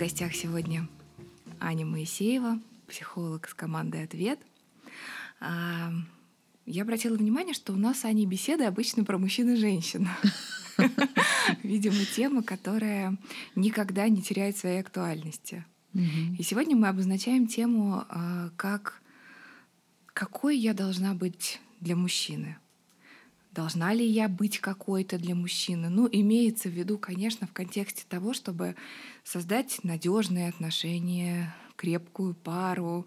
гостях сегодня Аня Моисеева, психолог с командой «Ответ». Я обратила внимание, что у нас с Аней беседы обычно про мужчин и женщин. Видимо, тема, которая никогда не теряет своей актуальности. И сегодня мы обозначаем тему, какой я должна быть для мужчины. Должна ли я быть какой-то для мужчины? Имеется в виду, конечно, в контексте того, чтобы создать надежные отношения, крепкую пару,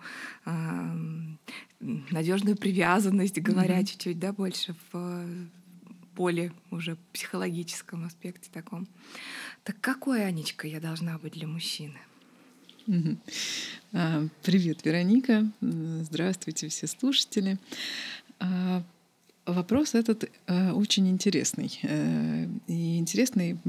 надежную привязанность, говоря чуть-чуть больше в поле уже психологическом аспекте таком. Так какой, Анечка, я должна быть для мужчины? Привет, Вероника. Здравствуйте, все слушатели. Вопрос этот очень интересный. И интересный,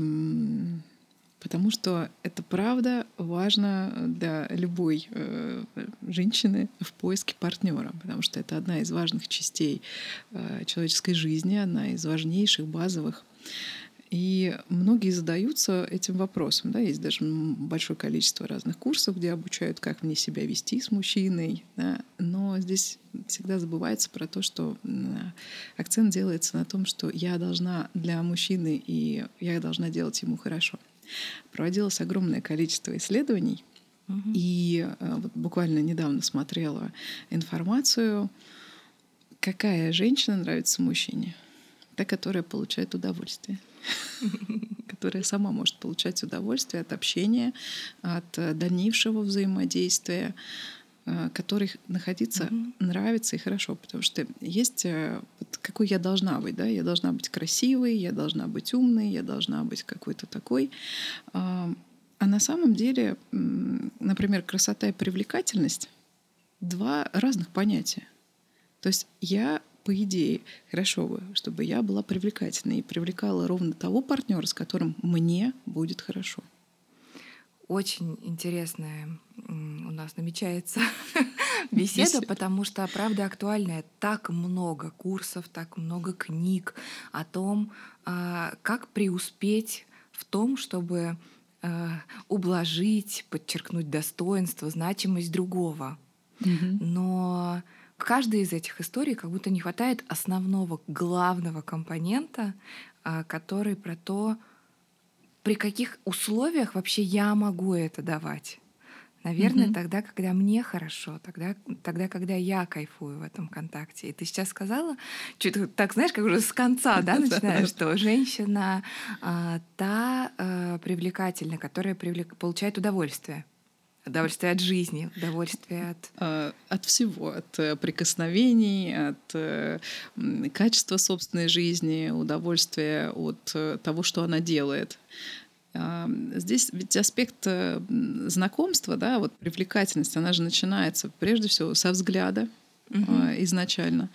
потому что это правда важно для любой женщины в поиске партнера, потому что это одна из важных частей человеческой жизни, одна из важнейших, базовых. И многие задаются этим вопросом. Да? Есть даже большое количество разных курсов, где обучают, как мне себя вести с мужчиной. Да? Но здесь всегда забывается про то, что акцент делается на том, что я должна для мужчины, и я должна делать ему хорошо. Проводилось огромное количество исследований, и вот буквально недавно смотрела информацию, какая женщина нравится мужчине. Та, которая получает удовольствие. Которая сама может получать удовольствие от общения, от дальнейшего взаимодействия, которой находиться нравится и хорошо. Потому что есть какой я должна быть. Да? Я должна быть красивой, я должна быть умной, я должна быть какой-то такой. А на самом деле, например, красота и привлекательность — два разных понятия. То есть я, по идее, хорошо бы, чтобы я была привлекательной и привлекала ровно того партнера, с которым мне будет хорошо. Очень интересная у нас намечается беседа, потому что, правда, актуальная. Так много курсов, так много книг о том, как преуспеть в том, чтобы ублажить, подчеркнуть достоинство, значимость другого. Но в каждой из этих историй как будто не хватает основного, главного компонента, который про то, при каких условиях вообще я могу это давать. Наверное, тогда, когда мне хорошо, тогда, когда я кайфую в этом контакте. И ты сейчас сказала, чуть так, знаешь, как уже с конца, начинаешь, что женщина та привлекательная, которая получает удовольствие. Удовольствие от жизни, удовольствие от всего, от прикосновений, от качества собственной жизни, удовольствия от того, что она делает. Здесь ведь аспект знакомства, да, вот привлекательность, она же начинается прежде всего со взгляда изначально.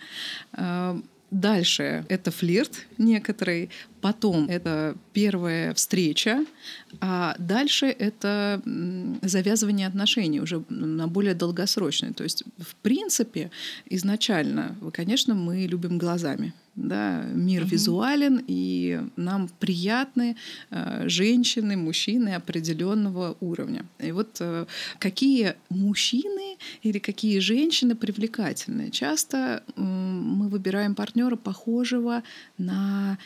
Дальше это флирт некоторый, потом это первая встреча, а дальше это завязывание отношений уже на более долгосрочные. То есть, в принципе, изначально, конечно, мы любим глазами. Да, мир визуален, и нам приятны женщины, мужчины определенного уровня. И вот какие мужчины или какие женщины привлекательны? Часто мы выбираем партнера, похожего на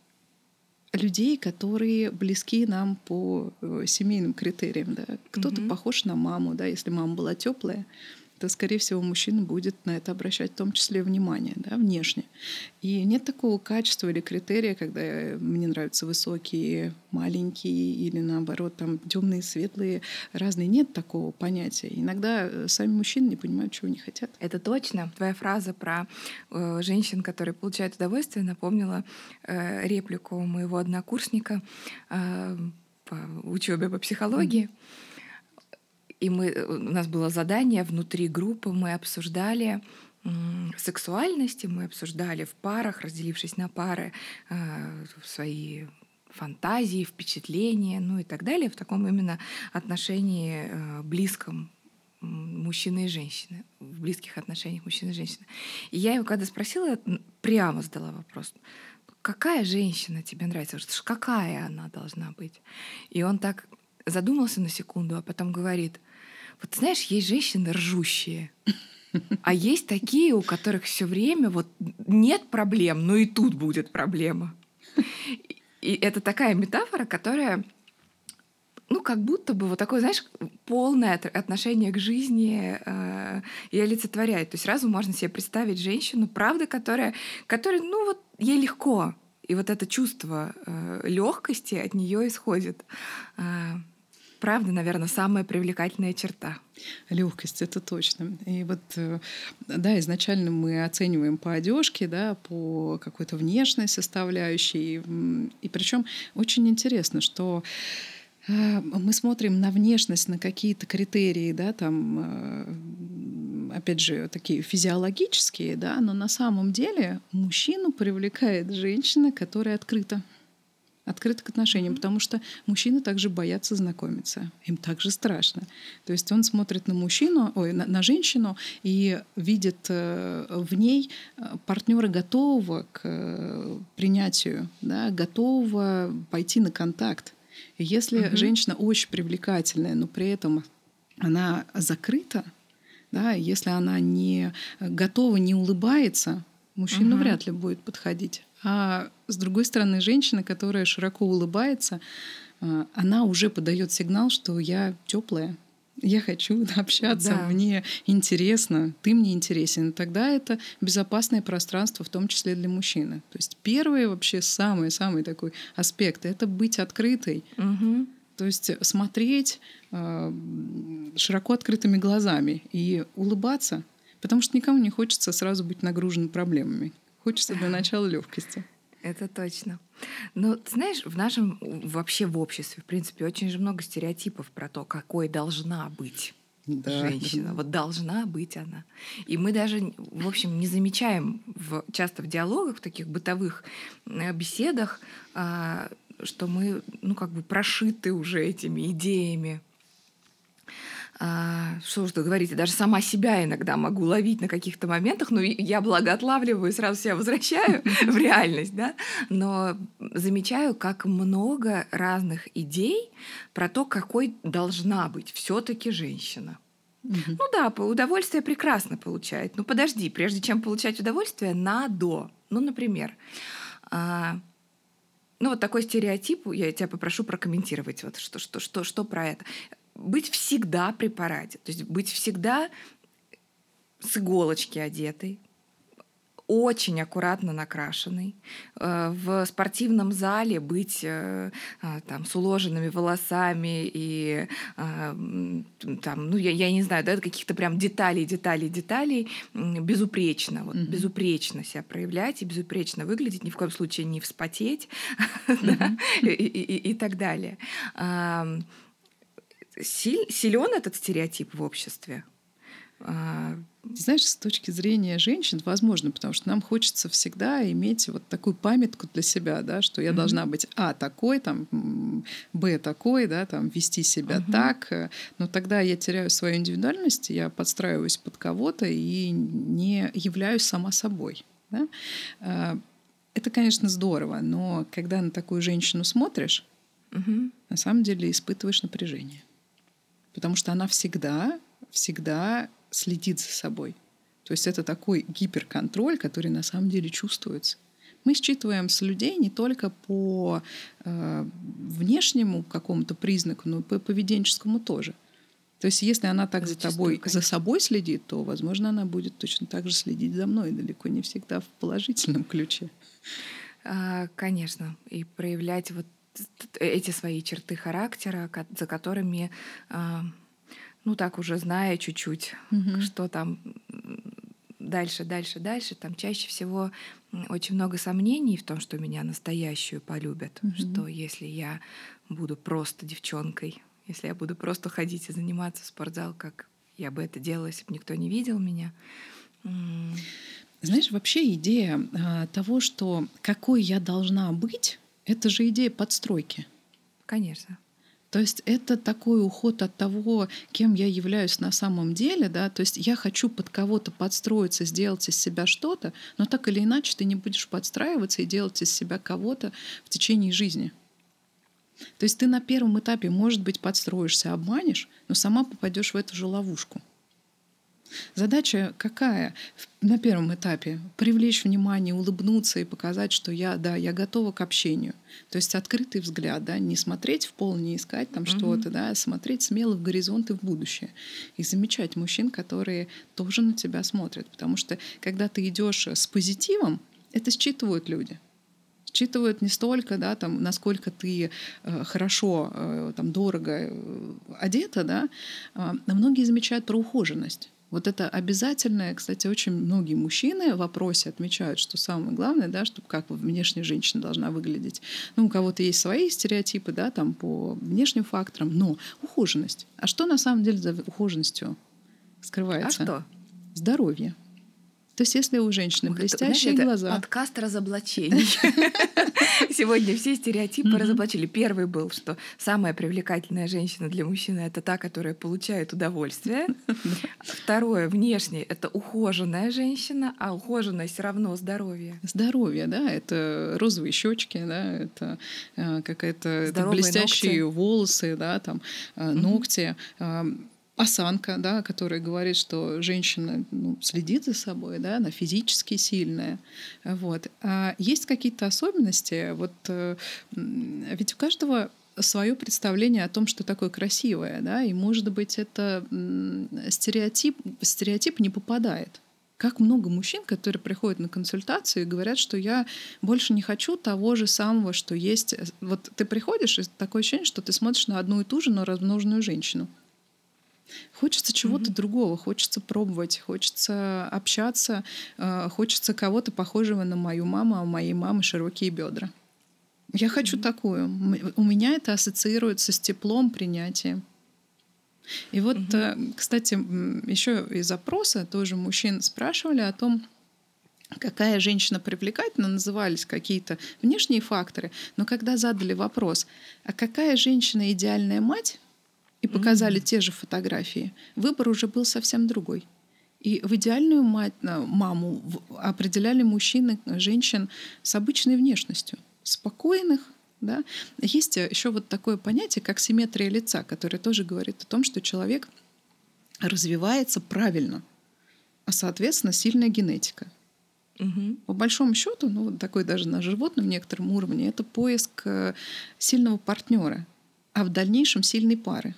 людей, которые близки нам по семейным критериям. Да. Кто-то похож на маму, да, если мама была теплая, то, скорее всего, мужчина будет на это обращать в том числе внимание, да, внешне. И нет такого качества или критерия, когда мне нравятся высокие, маленькие или, наоборот, там темные, светлые, разные. Нет такого понятия. Иногда сами мужчины не понимают, чего они хотят. Это точно. Твоя фраза про женщин, которые получают удовольствие, напомнила реплику моего однокурсника по учебе по психологии. И у нас было задание внутри группы, мы обсуждали сексуальности, мы обсуждали в парах, разделившись на пары, свои фантазии, впечатления, и так далее, в таком именно отношении близком мужчины и женщины, в близких отношениях мужчины и женщины. И я его когда спросила, прямо задала вопрос: какая женщина тебе нравится? Какая она должна быть? И он так задумался на секунду, а потом говорит: вот знаешь, есть женщины ржущие, а есть такие, у которых все время вот нет проблем, но и тут будет проблема. И это такая метафора, которая, ну, как будто бы вот такое, знаешь, полное отношение к жизни и олицетворяет. То есть сразу можно себе представить женщину, правда, которая, ну, вот ей легко. И вот это чувство легкости от нее исходит. Правда, наверное, самая привлекательная черта. Легкость, это точно. И вот, да, изначально мы оцениваем по одежке, да, по какой-то внешней составляющей. И причем очень интересно, что мы смотрим на внешность, на какие-то критерии, да, там, опять же, такие физиологические, да, но на самом деле мужчину привлекает женщина, которая открыта к отношениям, потому что мужчины также боятся знакомиться, им также страшно. То есть он смотрит на мужчину, на женщину и видит в ней партнера, готового к принятию, да, готового пойти на контакт. И если женщина очень привлекательная, но при этом она закрыта, да, если она не готова, не улыбается, мужчина вряд ли будет подходить. А с другой стороны, женщина, которая широко улыбается, она уже подает сигнал, что я теплая, я хочу общаться, Да. мне интересно, ты мне интересен. И тогда это безопасное пространство, в том числе для мужчины. То есть первый вообще самый такой аспект — это быть открытой. То есть смотреть широко открытыми глазами и улыбаться, потому что никому не хочется сразу быть нагруженным проблемами. Хочется для начала легкости. Это точно. Но ты знаешь, вообще в обществе, в принципе, очень же много стереотипов про то, какой должна быть женщина. Вот должна быть она. И мы даже, в общем, не замечаем часто в диалогах, в таких бытовых беседах, что мы, ну, как бы прошиты уже этими идеями. Что уж тут говорить, я даже сама себя иногда могу ловить на каких-то моментах, но я, благо, отлавливаю и сразу себя возвращаю в реальность, да? Но замечаю, как много разных идей про то, какой должна быть все-таки женщина. Ну да, удовольствие прекрасно получает. Ну подожди, прежде чем получать удовольствие, надо. Ну, например, ну вот такой стереотип, я тебя попрошу прокомментировать, вот что про это. Быть всегда при параде, то есть быть всегда с иголочки одетой, очень аккуратно накрашенной, в спортивном зале быть там, с уложенными волосами и там, ну, я не знаю, да, каких-то прям деталей, безупречно, вот, безупречно себя проявлять и безупречно выглядеть, ни в коем случае не вспотеть и так далее. Силен этот стереотип в обществе? Знаешь, с точки зрения женщин, возможно, потому что нам хочется всегда иметь вот такую памятку для себя, да, что я должна быть такой, там, такой, да, там, вести себя так, но тогда я теряю свою индивидуальность, я подстраиваюсь под кого-то и не являюсь сама собой. Да? Это, конечно, здорово, но когда на такую женщину смотришь, на самом деле испытываешь напряжение. Потому что она всегда следит за собой. То есть это такой гиперконтроль, который на самом деле чувствуется. Мы считываем с людей не только по внешнему какому-то признаку, но и по поведенческому тоже. То есть если она так за собой следит, то, возможно, она будет точно так же следить за мной, далеко не всегда в положительном ключе. Конечно. И проявлять вот эти свои черты характера, за которыми... ну так уже зная чуть-чуть, что там дальше, там чаще всего очень много сомнений в том, что меня настоящую полюбят, что если я буду просто девчонкой, если я буду просто ходить и заниматься в спортзал, как я бы это делала, если бы никто не видел меня. Знаешь, вообще идея того, что какой я должна быть, это же идея подстройки. Конечно. То есть это такой уход от того, кем я являюсь на самом деле, да, то есть я хочу под кого-то подстроиться, сделать из себя что-то, но так или иначе ты не будешь подстраиваться и делать из себя кого-то в течение жизни. То есть ты на первом этапе, может быть, подстроишься, обманешь, но сама попадешь в эту же ловушку. Задача какая на первом этапе? Привлечь внимание, улыбнуться и показать, что я готова к общению. То есть открытый взгляд, да, не смотреть в пол, не искать там что-то, да, а смотреть смело в горизонт и в будущее. И замечать мужчин, которые тоже на тебя смотрят. Потому что когда ты идешь с позитивом, это считывают люди. Считывают не столько, да, там, насколько ты хорошо, там, дорого одета, да, а многие замечают про ухоженность. Вот это обязательное, кстати, очень многие мужчины в вопросе отмечают, что самое главное, да, что как внешняя женщина должна выглядеть. Ну, у кого-то есть свои стереотипы, да, там, по внешним факторам, но ухоженность. А что на самом деле за ухоженностью скрывается? А что? Здоровье. То есть если у женщины блестящие глаза... Подкаст разоблачений. Сегодня все стереотипы разоблачили. Первый был, что самая привлекательная женщина для мужчины — это та, которая получает удовольствие. Второе, внешне, это ухоженная женщина, а ухоженность равно здоровье. Здоровье, да, это розовые щечки, да, это какая-то блестящие волосы, да, там ногти. Осанка, да, которая говорит, что женщина следит за собой, да, она физически сильная. Вот. А есть какие-то особенности? Вот, ведь у каждого свое представление о том, что такое красивое, да, и, может быть, это стереотип не попадает. Как много мужчин, которые приходят на консультацию и говорят, что я больше не хочу того же самого, что есть. Вот ты приходишь, и такое ощущение, что ты смотришь на одну и ту же, но размноженную женщину. Хочется чего-то другого, хочется пробовать, хочется общаться, хочется кого-то похожего на мою маму, а у моей мамы широкие бедра. Я хочу такую. У меня это ассоциируется с теплом, принятием. И вот, кстати, еще из опроса тоже мужчин спрашивали о том, какая женщина привлекательна, назывались какие-то внешние факторы, но когда задали вопрос, а какая женщина идеальная мать, и показали те же фотографии, выбор уже был совсем другой. И в идеальную маму определяли мужчины, женщин с обычной внешностью, спокойных. Да? Есть еще вот такое понятие, как симметрия лица, которое тоже говорит о том, что человек развивается правильно, а, соответственно, сильная генетика. По большому счету, вот такой даже на животном некотором уровне, это поиск сильного партнера, а в дальнейшем сильной пары.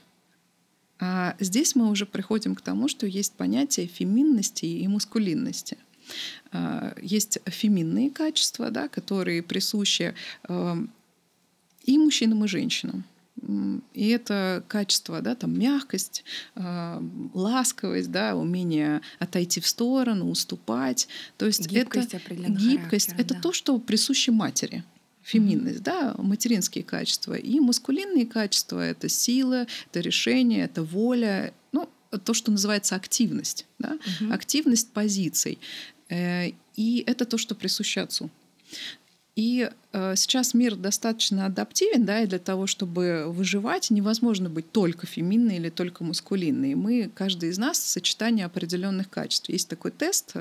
А здесь мы уже приходим к тому, что есть понятие феминности и маскулинности. Есть феминные качества, да, которые присущи и мужчинам, и женщинам. И это качество, да, там, мягкость, ласковость, да, умение отойти в сторону, уступать. То есть гибкость, это то, что присуще матери. Феминность, да, материнские качества. И маскулинные качества — это сила, это решение, это воля, то, что называется активность, да? Активность позиций. И это то, что присуще отцу. И сейчас мир достаточно адаптивен, да, и для того, чтобы выживать, невозможно быть только феминной или только маскулинной. Каждый из нас — сочетание определенных качеств. Есть такой тест,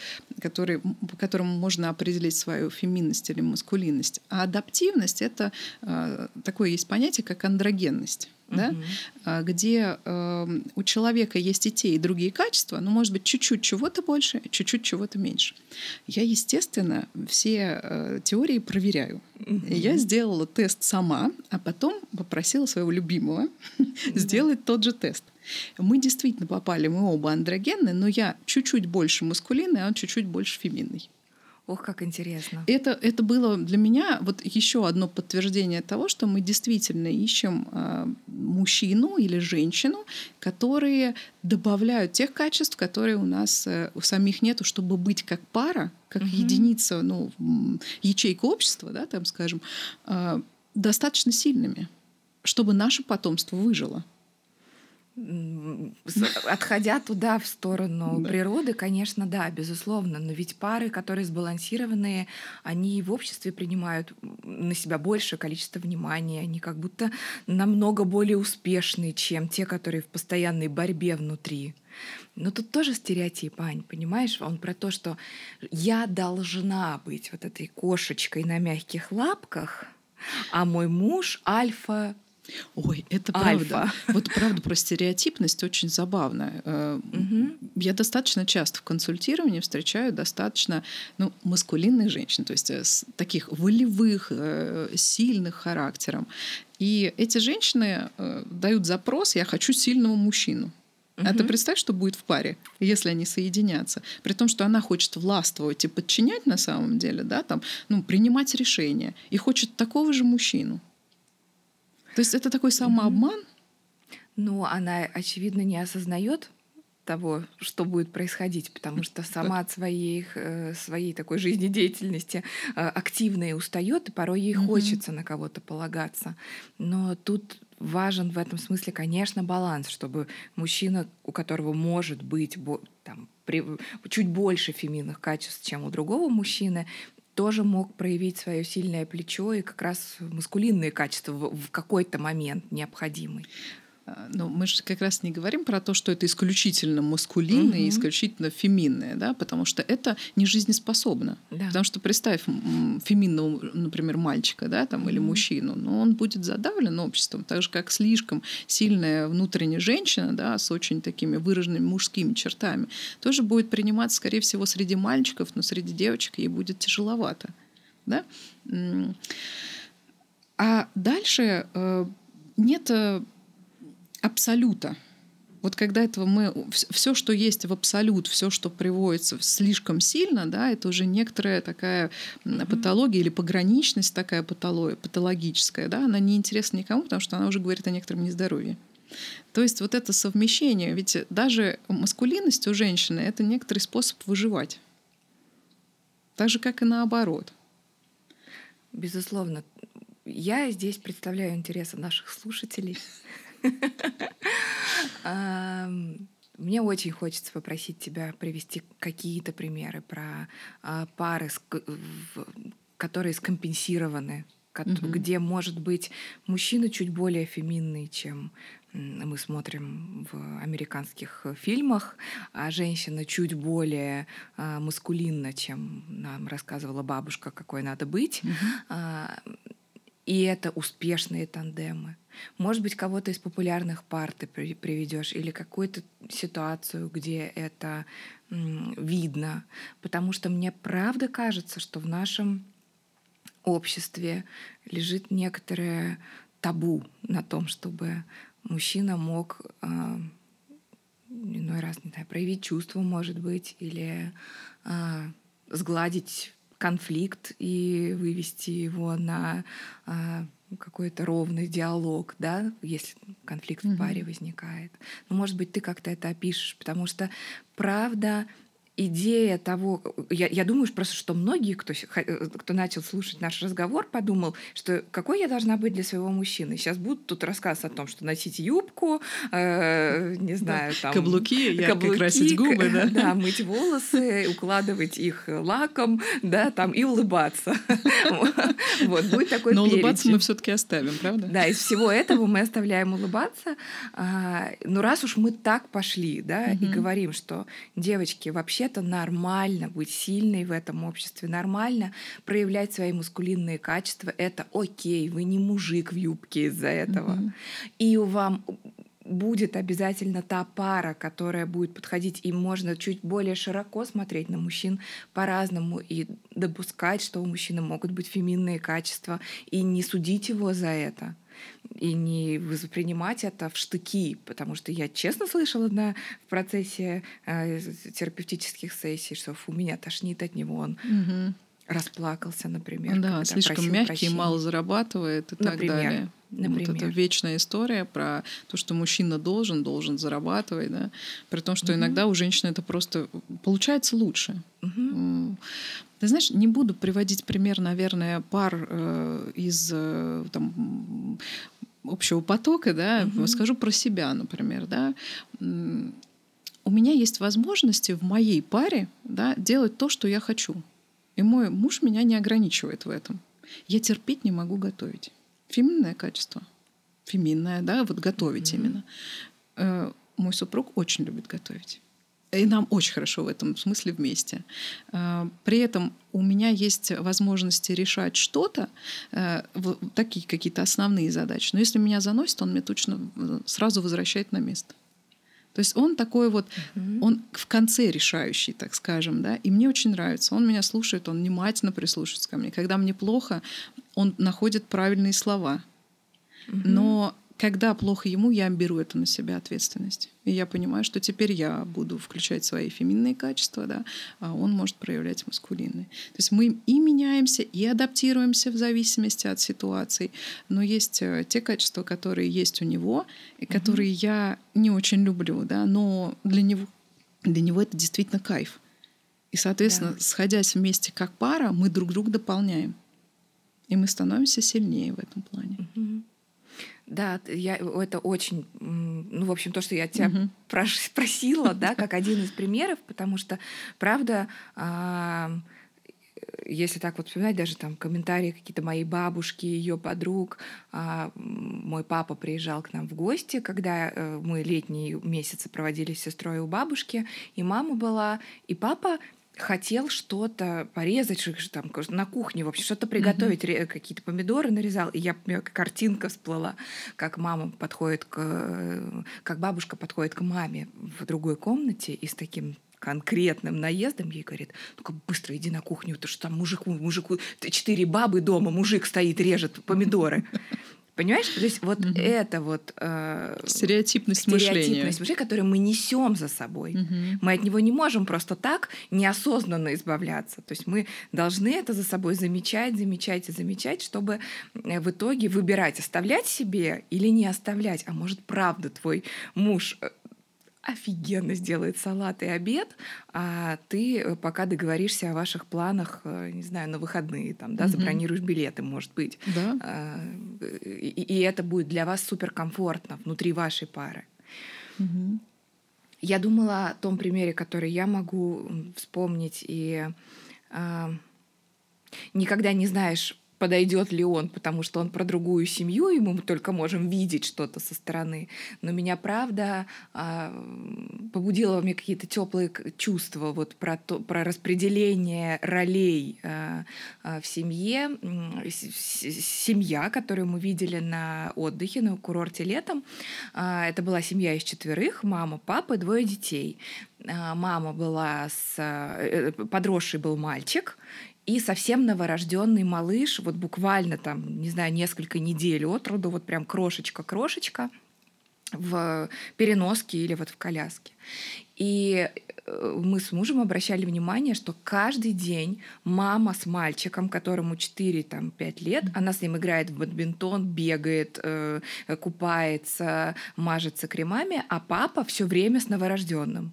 по которому можно определить свою феминность или маскулинность. А адаптивность — это такое есть понятие, как андрогенность. Да? Где у человека есть и те, и другие качества, но, может быть, чуть-чуть чего-то больше, чуть-чуть чего-то меньше. Я, естественно, все теории проверяю. И я сделала тест сама, а потом попросила своего любимого сделать тот же тест. Мы действительно попали, мы оба андрогенны, но я чуть-чуть больше маскулинный, а он чуть-чуть больше феминный. Ох, как интересно. Это было для меня вот еще одно подтверждение того, что мы действительно ищем мужчину или женщину, которые добавляют тех качеств, которые у нас у самих нету, чтобы быть как пара, как единица, ячейка общества, да, там, скажем, достаточно сильными, чтобы наше потомство выжило. Отходя туда, в сторону природы, конечно, да, безусловно. Но ведь пары, которые сбалансированные, они в обществе принимают на себя большее количество внимания. Они как будто намного более успешные, чем те, которые в постоянной борьбе внутри. Но тут тоже стереотип, Ань, понимаешь? Он про то, что я должна быть вот этой кошечкой на мягких лапках, А мой муж альфа. Ой, это правда. Вот правда про стереотипность очень забавная. Я достаточно часто в консультировании встречаю достаточно маскулинных женщин, то есть таких волевых, сильных характером. И эти женщины дают запрос: «Я хочу сильного мужчину». А ты представь, что будет в паре, если они соединятся. При том, что она хочет властвовать и подчинять на самом деле, да, там, принимать решения. И хочет такого же мужчину. То есть это такой самообман? Но она, очевидно, не осознает того, что будет происходить, потому что сама от своей такой жизнедеятельности активно и устает, и порой ей хочется на кого-то полагаться. Но тут важен в этом смысле, конечно, баланс, чтобы мужчина, у которого может быть чуть больше феминных качеств, чем у другого мужчины, тоже мог проявить свое сильное плечо и как раз маскулинные качества в какой-то момент необходимый. Но мы же как раз не говорим про то, что это исключительно маскулинное и исключительно феминное, да, потому что это не жизнеспособно. Да. Потому что представь феминного, например, мальчика, да, там, или мужчину, но он будет задавлен обществом, так же, как слишком сильная внутренняя женщина, да, с очень такими выраженными мужскими чертами, тоже будет приниматься, скорее всего, среди мальчиков, но среди девочек ей будет тяжеловато. Да? А дальше нет абсолюта. Вот когда этого все, что есть в абсолют, все, что приводится слишком сильно, да, это уже некоторая такая патология или пограничность такая патологическая, да, она не интересна никому, потому что она уже говорит о некотором нездоровье. То есть вот это совмещение, ведь даже маскулинность у женщины — это некоторый способ выживать. Так же, как и наоборот. Безусловно. Я здесь представляю интересы наших слушателей. Мне очень хочется попросить тебя привести какие-то примеры про пары, которые скомпенсированы, где, может быть, мужчина чуть более феминный, чем мы смотрим в американских фильмах, а женщина чуть более маскулинна, чем нам рассказывала бабушка, какой надо быть. И это успешные тандемы. Может быть, кого-то из популярных пар ты приведешь или какую-то ситуацию, где это видно. Потому что мне правда кажется, что в нашем обществе лежит некоторое табу на том, чтобы мужчина мог иной раз, не знаю, проявить чувство, может быть, или сгладить конфликт и вывести его на какой-то ровный диалог, да, если конфликт в паре возникает. Ну, может быть, ты как-то это опишешь, потому что, правда, идея того... Я думаю просто, что многие, кто начал слушать наш разговор, подумал, что какой я должна быть для своего мужчины. Сейчас будут тут рассказ о том, что носить юбку, не знаю, там... Каблуки, ярко красить губы, да? Да, мыть волосы, укладывать их лаком, да, там, и улыбаться. Вот, будет такой перечень. Но улыбаться мы все-таки оставим, правда? Да, из всего этого мы оставляем улыбаться. Но раз уж мы так пошли, да, и говорим, что, девочки, вообще это нормально быть сильной в этом обществе, нормально проявлять свои маскулинные качества. Это окей, вы не мужик в юбке из-за этого. И вам будет обязательно та пара, которая будет подходить, и можно чуть более широко смотреть на мужчин по-разному и допускать, что у мужчины могут быть феминные качества, и не судить его за это. И не воспринимать это в штыки, потому что я честно слышала в процессе терапевтических сессий, что у меня тошнит от него, он расплакался, например. Да, слишком мягкий, мало зарабатывает и так далее. Например. Вот это вечная история про то, что мужчина должен зарабатывать, да? При том, что иногда у женщины это просто получается лучше. Ты знаешь, не буду приводить пример, наверное, пар из там, общего потока, да, скажу про себя, например, да. У меня есть возможности в моей паре, да, делать то, что я хочу. И мой муж меня не ограничивает в этом. Я терпеть не могу готовить. Феминное качество. Феминное, да, вот готовить именно. Мой супруг очень любит готовить. И нам очень хорошо в этом смысле вместе. При этом у меня есть возможности решать что-то, такие какие-то основные задачи. Но если меня заносит, он меня точно сразу возвращает на место. То есть он такой вот, он в конце решающий, так скажем, да, и мне очень нравится. Он меня слушает, он внимательно прислушивается ко мне. Когда мне плохо, он находит правильные слова. Но когда плохо ему, я беру это на себя ответственность. И я понимаю, что теперь я буду включать свои феминные качества, да, а он может проявлять маскулинные. То есть мы и меняемся, и адаптируемся в зависимости от ситуаций. Но есть те качества, которые есть у него, и которые я не очень люблю, да, но для него это действительно кайф. И, соответственно, сходясь вместе как пара, мы друг друга дополняем. И мы становимся сильнее в этом плане. Да, это очень, в общем, то, что я тебя спросила, да, как один из примеров, потому что, правда, если так вот вспоминать, даже там комментарии какие-то моей бабушки, ее подруг, мой папа приезжал к нам в гости, когда мы летние месяцы проводили с сестрой у бабушки, и мама была, и папа хотел что-то порезать, там, на кухне, в общем, что-то приготовить, какие-то помидоры нарезал, и у меня картинка всплыла, как как бабушка подходит к маме в другой комнате и с таким конкретным наездом ей говорит: ну-ка быстро иди на кухню, ты что там мужику 4 бабы дома, мужик стоит, режет помидоры. Понимаешь? То есть вот это вот стереотипность мышления, которую мы несем за собой. Мы от него не можем просто так неосознанно избавляться. То есть мы должны это за собой замечать, чтобы в итоге выбирать, оставлять себе или не оставлять. А может, правда, твой муж офигенно сделает салат и обед, а ты пока договоришься о ваших планах, не знаю, на выходные, там, да, забронируешь билеты, может быть. Да. И это будет для вас суперкомфортно внутри вашей пары. Я думала о том примере, который я могу вспомнить, и никогда не знаешь, подойдет ли он, потому что он про другую семью, и мы только можем видеть что-то со стороны. Но меня, правда, побудило во мне какие-то теплые чувства вот про распределение ролей в семье. Семья, которую мы видели на отдыхе, на курорте летом, это была семья из 4: мама, папа, 2 детей. Мама была подросший был мальчик, и совсем новорожденный малыш, вот буквально там, не знаю, несколько недель от роду, вот прям крошечка в переноске или вот в коляске. И мы с мужем обращали внимание, что каждый день мама с мальчиком, которому 4-5 лет, она с ним играет в бадминтон, бегает, купается, мажется кремами, а папа все время с новорожденным.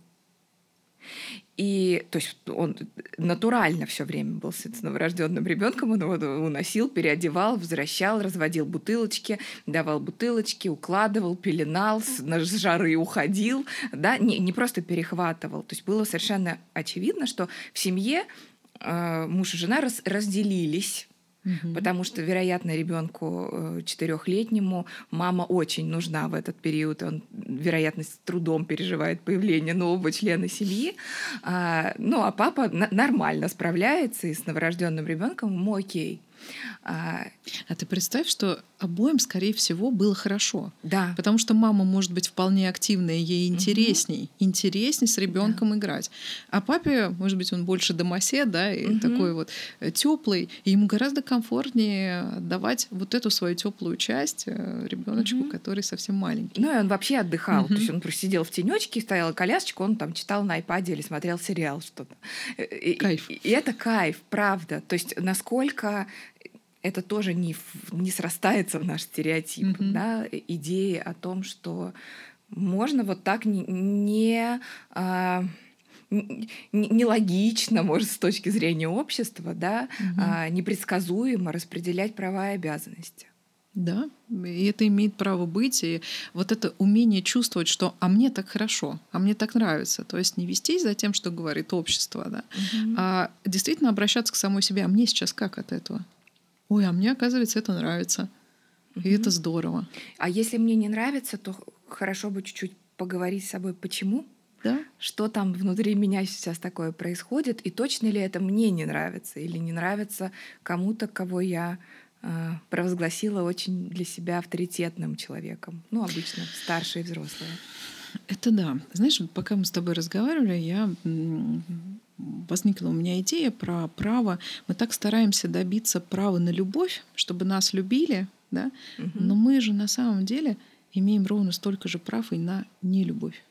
И то есть он натурально все время был с новорожденным ребенком, он его уносил, переодевал, возвращал, разводил бутылочки, давал бутылочки, укладывал, пеленал, с жары уходил, да, не просто перехватывал. То есть было совершенно очевидно, что в семье муж и жена разделились. Потому что, вероятно, ребенку 4-летнему мама очень нужна в этот период. Он, вероятно, с трудом переживает появление нового члена семьи. Ну, а папа нормально справляется, и с новорожденным ребенком ему окей. А ты представь, что обоим, скорее всего, было хорошо. Да. Потому что мама может быть вполне активная, ей интересней с ребенком играть. А папе, может быть, он больше домосед, да, и такой вот теплый, и ему гораздо комфортнее давать вот эту свою теплую часть ребеночку, который совсем маленький. Ну и он вообще отдыхал. То есть он просто сидел в тенечке, стояла колясочка, он там читал на iPad или смотрел сериал что-то. Кайф. И это кайф, правда. То есть насколько это тоже не срастается в наш стереотип, да, идеи о том, что можно вот так нелогично, может, с точки зрения общества, да, непредсказуемо распределять права и обязанности. Да, и это имеет право быть. И вот это умение чувствовать, что «а мне так хорошо, а мне так нравится». То есть не вестись за тем, что говорит общество, да, а действительно обращаться к самой себе. А мне сейчас как от этого? Ой, а мне, оказывается, это нравится. И это здорово. А если мне не нравится, то хорошо бы чуть-чуть поговорить с собой, почему. Да? Что там внутри меня сейчас такое происходит, и точно ли это мне не нравится, или не нравится кому-то, кого я провозгласила очень для себя авторитетным человеком. Ну, обычно старшие и взрослые. Это да. Знаешь, вот пока мы с тобой разговаривали, возникла у меня идея про право. Мы так стараемся добиться права на любовь, чтобы нас любили, да? Но мы же на самом деле имеем ровно столько же прав и на нелюбовь.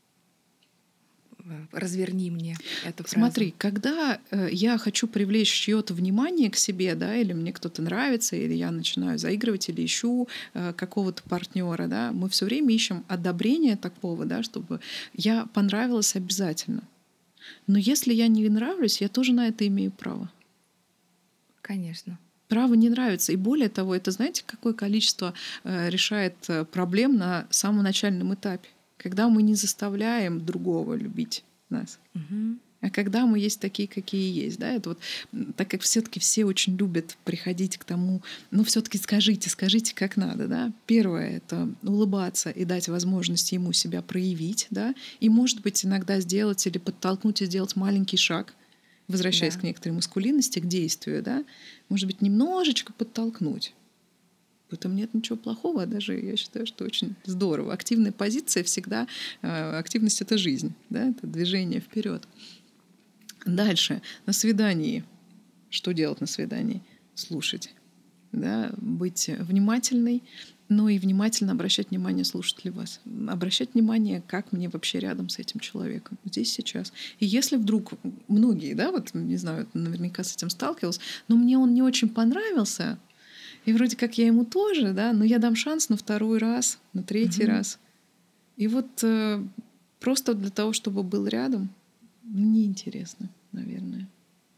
Разверни мне эту фразу. Смотри, когда я хочу привлечь чье-то внимание к себе, да, или мне кто-то нравится, или я начинаю заигрывать, или ищу какого-то партнера, да, мы все время ищем одобрение такого, да, чтобы я понравилась обязательно. Но если я не нравлюсь, я тоже на это имею право. Конечно. Право не нравится. И более того, это знаете, какое количество решает проблем на самом начальном этапе, когда мы не заставляем другого любить нас. А когда мы есть такие, какие есть, да, это вот так как все-таки все очень любят приходить к тому, ну все-таки скажите, как надо, да. Первое — это улыбаться и дать возможность ему себя проявить, да, и, может быть, иногда сделать или подтолкнуть и сделать маленький шаг, возвращаясь к некоторой маскулинности, к действию, да, может быть, немножечко подтолкнуть. В этом нет ничего плохого, а даже я считаю, что очень здорово. Активная позиция всегда, активность — это жизнь, да, это движение вперед. Дальше, на свидании. Что делать на свидании? Слушать, да, быть внимательной, но и внимательно обращать внимание, слушать ли вас. Обращать внимание, как мне вообще рядом с этим человеком, здесь, сейчас. И если вдруг многие, да, вот, не знаю, наверняка с этим сталкивалась, но мне он не очень понравился, и вроде как я ему тоже, да, но я дам шанс на второй раз, на третий раз. И вот просто для того, чтобы был рядом, неинтересно, наверное.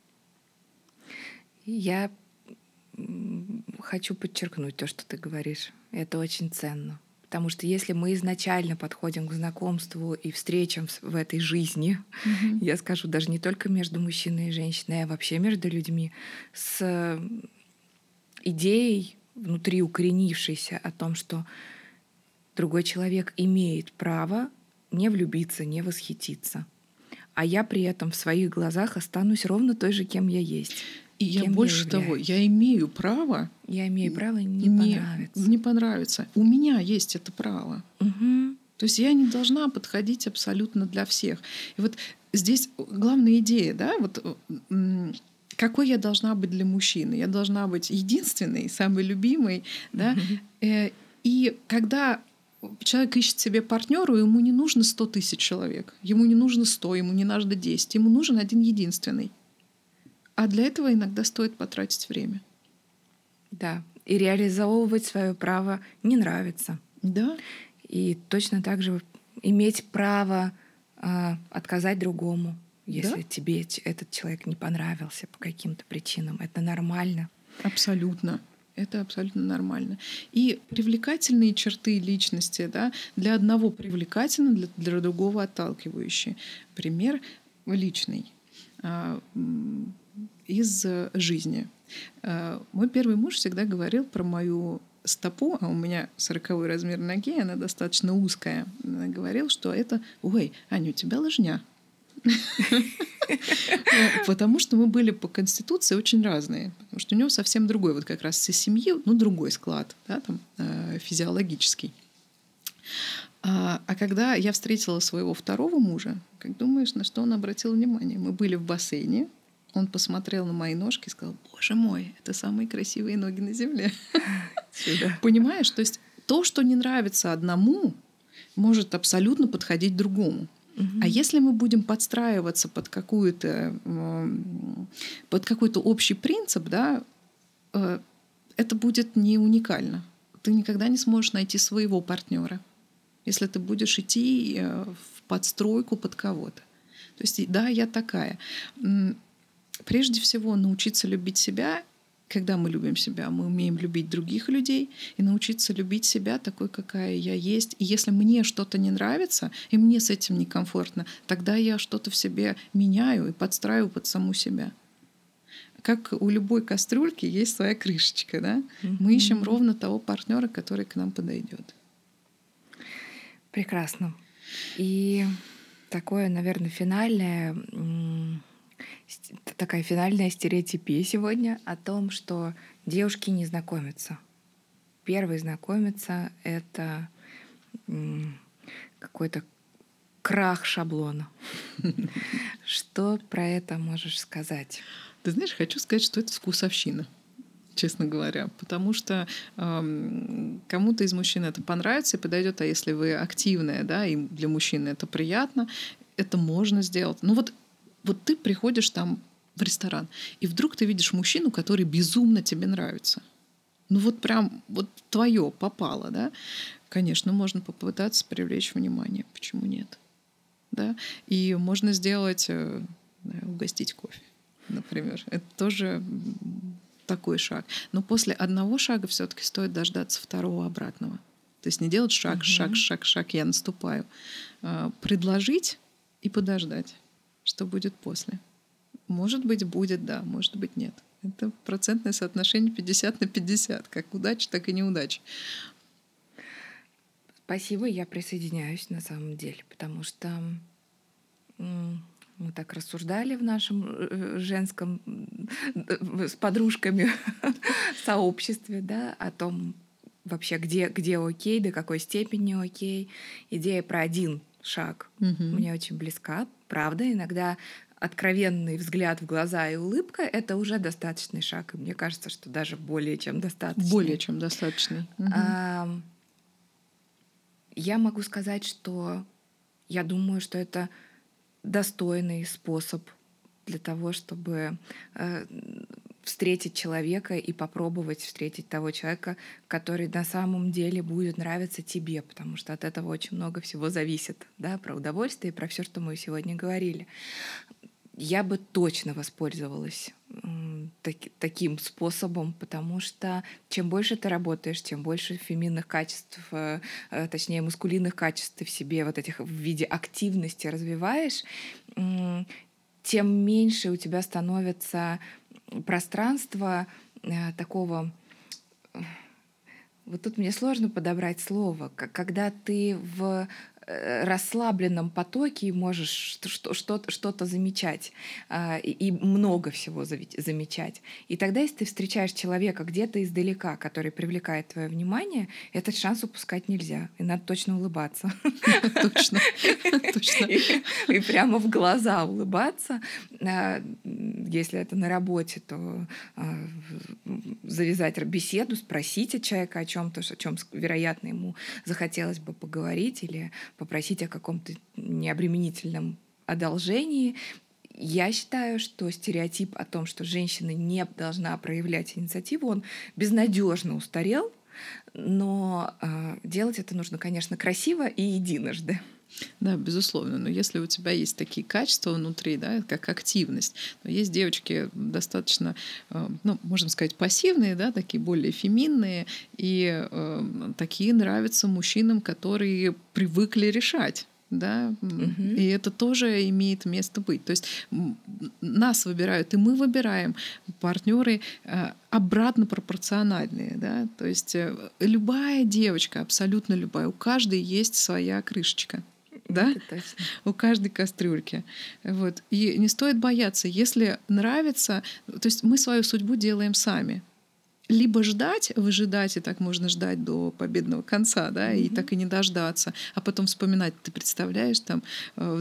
Я хочу подчеркнуть то, что ты говоришь. Это очень ценно. Потому что если мы изначально подходим к знакомству и встречам в этой жизни, я скажу, даже не только между мужчиной и женщиной, а вообще между людьми, с идеей внутри укоренившейся о том, что другой человек имеет право не влюбиться, не восхититься. А я при этом в своих глазах останусь ровно той же, кем я есть. И я больше того, я имею право... Я имею право не понравиться. Не понравится. У меня есть это право. То есть я не должна подходить абсолютно для всех. И вот здесь главная идея, да, вот какой я должна быть для мужчины? Я должна быть единственной, самой любимой, да. И когда человек ищет себе партнера, ему не нужно 100 тысяч человек, ему не нужно 100, ему не надо 10, ему нужен один единственный. А для этого иногда стоит потратить время. Да, и реализовывать свое право не нравится. Да. И точно так же иметь право отказать другому, если тебе этот человек не понравился по каким-то причинам. Это нормально. Абсолютно. Это абсолютно нормально. И привлекательные черты личности, да, для одного привлекательны, для другого отталкивающие. Пример личный из жизни. Мой первый муж всегда говорил про мою стопу, а у меня 40-й размер ноги, она достаточно узкая. Он говорил, что это: «Ой, Аня, у тебя лыжня». Потому что мы были по конституции очень разные. Потому что у него совсем другой, вот как раз из семьи, ну, другой склад, да, там, физиологический. А когда я встретила своего второго мужа, как думаешь, на что он обратил внимание? Мы были в бассейне, он посмотрел на мои ножки и сказал: «Боже мой, это самые красивые ноги на земле». Понимаешь? То есть то, что не нравится одному, может абсолютно подходить другому. А если мы будем подстраиваться под какой-то общий принцип, да, это будет не уникально. Ты никогда не сможешь найти своего партнера, если ты будешь идти в подстройку под кого-то. То есть, да, я такая. Прежде всего, научиться любить себя. Когда мы любим себя, мы умеем любить других людей и научиться любить себя такой, какая я есть. И если мне что-то не нравится, и мне с этим некомфортно, тогда я что-то в себе меняю и подстраиваю под саму себя. Как у любой кастрюльки есть своя крышечка, да? Мы ищем ровно того партнера, который к нам подойдет. Прекрасно. И такое, наверное, такая финальная стереотипия сегодня о том, что девушки не знакомятся. Первый знакомиться — это какой-то крах шаблона. Что про это можешь сказать? Ты знаешь, хочу сказать, что это вкусовщина, честно говоря, потому что кому-то из мужчин это понравится и подойдет, а если вы активная, да, и для мужчины это приятно, это можно сделать. Ну вот ты приходишь там в ресторан, и вдруг ты видишь мужчину, который безумно тебе нравится. Ну вот прям вот твое попало, да? Конечно, можно попытаться привлечь внимание. Почему нет? Да? И можно сделать, угостить кофе, например. Это тоже такой шаг. Но после одного шага все-таки стоит дождаться второго обратного. То есть не делать шаг, шаг, я наступаю. Предложить и подождать, что будет после. Может быть, будет, да, может быть, нет. Это процентное соотношение 50/50, как удача, так и неудача. Спасибо, я присоединяюсь на самом деле, потому что мы так рассуждали в нашем женском с подружками сообществе, да, о том вообще, где окей, до какой степени окей. Идея про один шаг мне очень близка. Правда, иногда откровенный взгляд в глаза и улыбка — это уже достаточный шаг. И мне кажется, что даже более чем достаточный. Более чем достаточный. Я могу сказать, что я думаю, что это достойный способ для того, чтобы встретить человека и попробовать встретить того человека, который на самом деле будет нравиться тебе, потому что от этого очень много всего зависит, да, про удовольствие и про все, что мы сегодня говорили. Я бы точно воспользовалась таким способом, потому что чем больше ты работаешь, чем больше феминных качеств, точнее мускулинных качеств ты в себе вот этих в виде активности развиваешь, тем меньше у тебя становится пространство такого... Вот тут мне сложно подобрать слово. Когда ты в расслабленном потоке можешь что-то замечать и много всего замечать. И тогда, если ты встречаешь человека где-то издалека, который привлекает твое внимание, этот шанс упускать нельзя. И надо точно улыбаться. Точно. И прямо в глаза улыбаться. Если это на работе, то завязать беседу, спросить от человека о чем-то, о чем, вероятно, ему захотелось бы поговорить, или попросить о каком-то необременительном одолжении. Я считаю, что стереотип о том, что женщина не должна проявлять инициативу, он безнадежно устарел, но делать это нужно, конечно, красиво и единожды. Да, безусловно. Но если у тебя есть такие качества внутри, да, как активность, но есть девочки достаточно, ну, можно сказать, пассивные, да, такие более феминные, и такие нравятся мужчинам, которые привыкли решать. Да? И это тоже имеет место быть. То есть нас выбирают, и мы выбираем партнеры обратно пропорциональные. Да? То есть любая девочка, абсолютно любая, у каждой есть своя крышечка. Да? У каждой кастрюльки. Вот. И не стоит бояться, если нравится, то есть мы свою судьбу делаем сами. Либо ждать, выжидать, и так можно ждать до победного конца, да, и так и не дождаться, а потом вспоминать. Ты представляешь, там в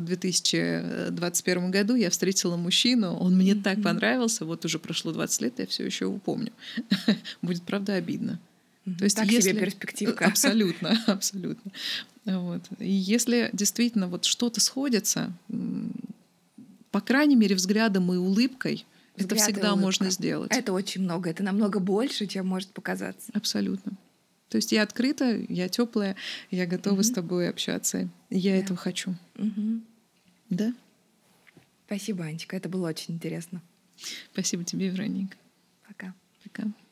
2021 году я встретила мужчину, он мне так понравился, вот уже прошло 20 лет, я все еще его помню. Будет, правда, обидно. То есть, так себе перспективка. Абсолютно, абсолютно. Вот. И если действительно вот что-то сходится, по крайней мере, взглядом и улыбкой, это всегда можно сделать. Это очень много. Это намного больше, чем может показаться. Абсолютно. То есть я открыта, я теплая, я готова с тобой общаться. Я этого хочу. Да? Спасибо, Анечка. Это было очень интересно. Спасибо тебе, Вероника. Пока. Пока.